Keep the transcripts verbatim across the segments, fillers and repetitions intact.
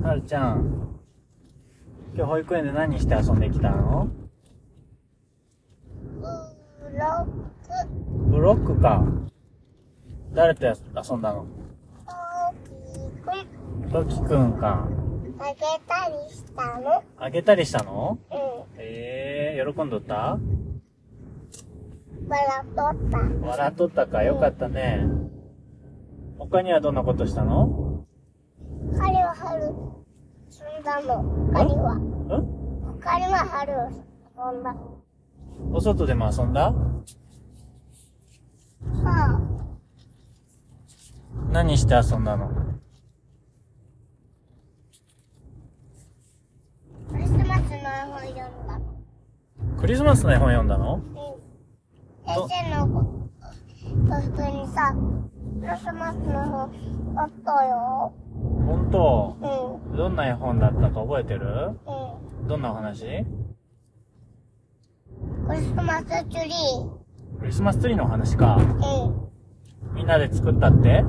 はるちゃん、今日保育園で何して遊んできたの？ ブロック。 ブロックか。誰と遊んだの？ トキくん。 トキくんか。 あげたりしたの？ あげたりしたの？ うん。 えー、喜んどった？ 笑っとった。 笑っとったか。よかったね。他にはどんなことしたの？ 彼は春遊んだの。他には。 ん？ 他には春遊んだ。 お外でも遊んだ？ さあ。 何して遊んだの？ クリスマスの絵本読んだ。 クリスマスの絵本読んだの？ うん。先生のと人にさ、クリスマスの絵本あったよ。 ほんと？ うん。 どんな絵本だったか覚えてる？ うん。 どんなお話？ クリスマスツリー。 クリスマスツリーのお話か。 うん。 みんなで作ったって？ うん。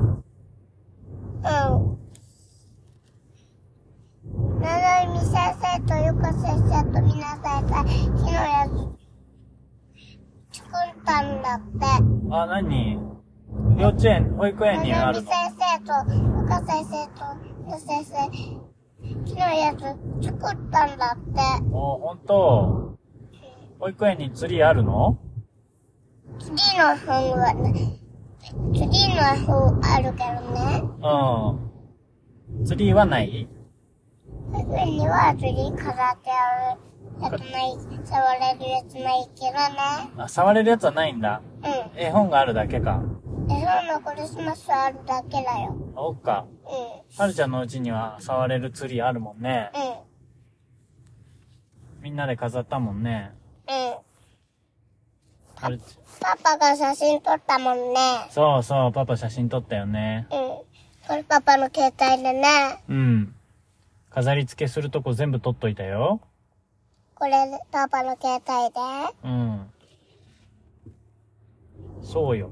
ななみ先生とゆか先生とみな先生、木のやつ作ったんだって。 あ、何？幼稚園、保育園にあるの？ ななみ先生とゆか先生とみな先生、木のやつ作ったんだって。 お、ほんと？保育園にツリーあるの？ ツリーの本はね、ツリーの本あるけどね。 うん。ツリーはない？ 保育園にはツリー飾ってあるやつない、触れるやつないけどね。 あ、触れるやつはないんだ。 うん。 絵本があるだけか。 絵本のクリスマスあるだけだよ。 そっか。 うはるちゃんの家には触れるツリーあるもんね。 ん。うん。 みんなで飾ったもんね。 うん。 はるちパパが写真撮ったもんね。 そうそう、パパ写真撮ったよね。 うん。これパパの携帯でね。 うん。飾り付けするとこ全部撮っといたよ。 これパパの携帯で。 うん。そうよ。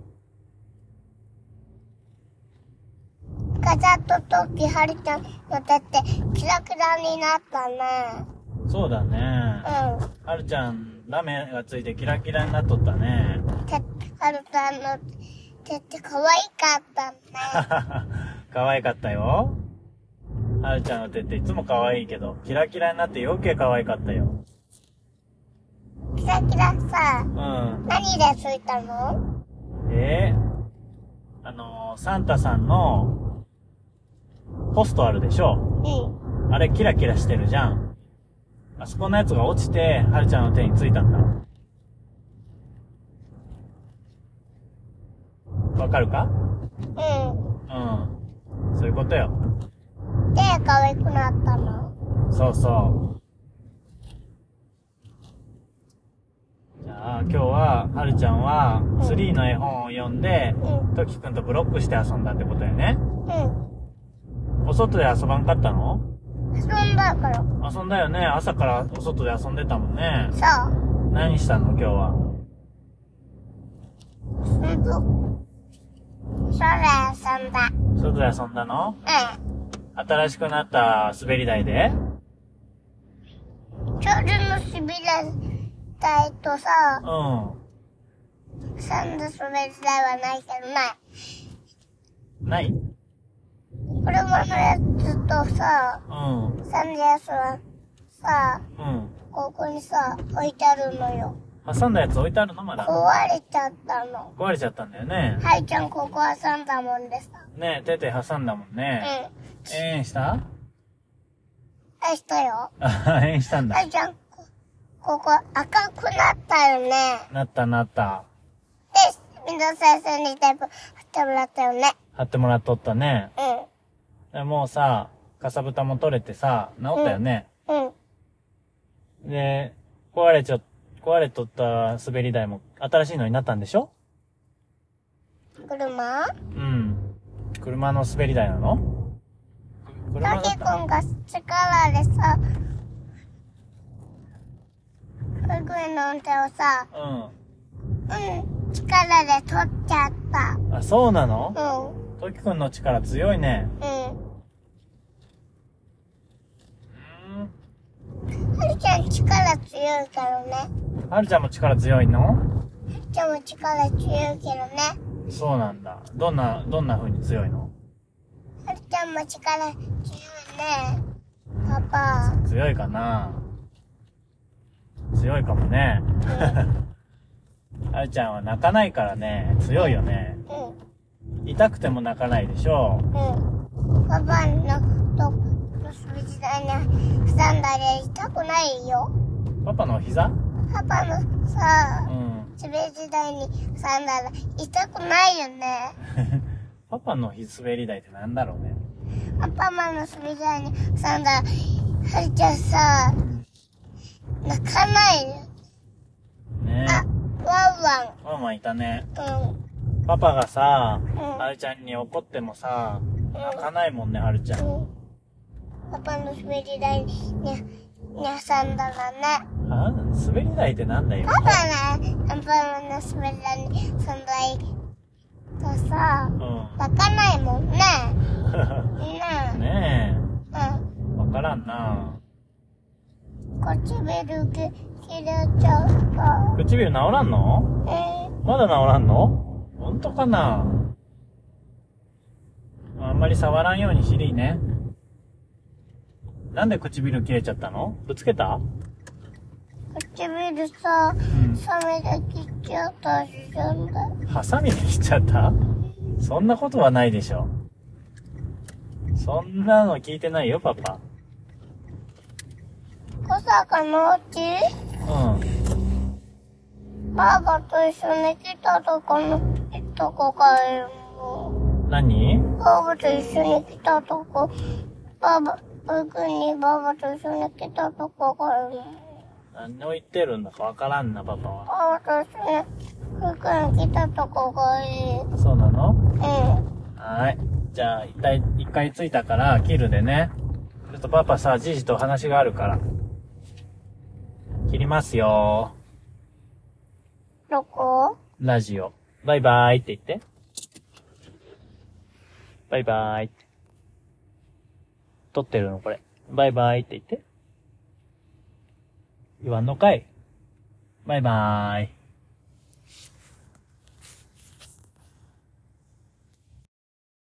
飾っとときはるちゃんの手ってキラキラになったね。 そうだね。 うん。 はるちゃん、ラメがついてキラキラになっとったね。 手、はるちゃんの手って可愛かったね。 可愛かったよ。はるちゃんの手っていつも可愛いけど、キラキラになって余計可愛かったよ。 キラキラさ、 うん。 何でついたの？ えー、あのー、サンタさんのポストあるでしょ？ うん。 あれキラキラしてるじゃん。あそこのやつが落ちて、はるちゃんの手についたんだ。わかるか？ うん。 うん。そういうことよ。 手可愛くなったの？ そうそう。じゃあ今日は、はるちゃんは、ツリーの絵本を読んで、 うん。 トキくんとブロックして遊んだってことよね。 うん。 お外で遊ばんかったの？ 遊んだから。 遊んだよね。朝からお外で遊んでたもんね。 そう。 何したの今日は？ 遊んだ。それ遊んだ。 外で遊んだの？ う新しくなった滑り台で？ ん。恐竜のしびれ台とさ、 うん。 サンダ滑り台はないけどない。 ない？ 車のやつとさ、 うん。 サンダやつはさ、 うん。 ここにさ、置いてあるのよ。 挟んだやつ置いてあるのまだ？ 壊れちゃったの。 壊れちゃったんだよね。 はいちゃんここ挟んだもんでさ。 ねえ、手で挟んだもんうね。 ん。 ええんしたはいしたよ。 あ、ええんしたんだ。 はいちゃん、こここ赤くなったよね。 なったなった。 で、みんな先生にテープ貼ってもらったよね。 貼ってもらっとったね。 うもうさ、かさぶたも取れてさ、治ったよね。 ん。うん。 で、壊れちゃ、壊れとった滑り台も新しいのになったんでしょ？ 車？ うん。車の滑り台なの？車だトキったくんが力でさ、保育園の運転をさ、 うん。 うん、力で取っちゃった。 あ、そうなの？ うん。 トキくんの力強いね。 うん。 力強いからね。 はるちゃんも力強いの？ はるちゃんも力強いけどね。 そうなんだ。どんな、どんな風に強いの？ はるちゃんも力強いね。パパ。 強いかな？強いかもね。はるちゃんは泣かないからね、強いよね。 うん。 痛くても泣かないでしょ？ うん。パパのと、滑り台に挟んだり痛くないよ。 パパの膝？ パパのさ、 うん。 滑り台に挟んだら痛くないよね。 パパの滑り台ってなんだろうね。 パパの滑り台に挟んだら、はるちゃんさ、泣かないよ。 ねあ、ワンワンワンいたね。 ワン。 パパがさ、 うん。 はるちゃんに怒ってもさ、泣かないもんね、はるちゃん。 うん。パパの滑り台に、に挟んだらね。 あ、滑り台ってなんだよ。 パパね、パパの滑り台に挟んだりとさ、 うん。 泣かないもんね。ねねえ。 え。わからんな。 唇切れちゃった。 唇治らんの？ えまだ治らんの？ほんとかな？あんまり触らんようにしりね。なんで唇切れちゃったの？ぶつけた？ 唇さ、 うん。 サメで切っちゃったしちゃうんだよ。 ハサミで切っちゃった？そんなことはないでしょ。そんなの聞いてないよ、パパ。 小坂のうちうん。 ばあばと一緒に来たとこの、とこからも。 何？ ばあばと一緒に来たとこ、ばあば、僕にばあばと一緒に来たとこからも。 何を言ってるんだかわからんな、パパは。 ばあばと一緒に福に来たとこがいい。 そうなの？ うん。 はーい。じゃあ、一回、一回着いたから、切るでね。ちょっとパパさ、じじと話があるから。切りますよ。 どこ？ ラジオ。バイバーイって言って。バイバーイって。撮ってるのこれ。バイバーイって言って。言わんのかい。バイバーイ。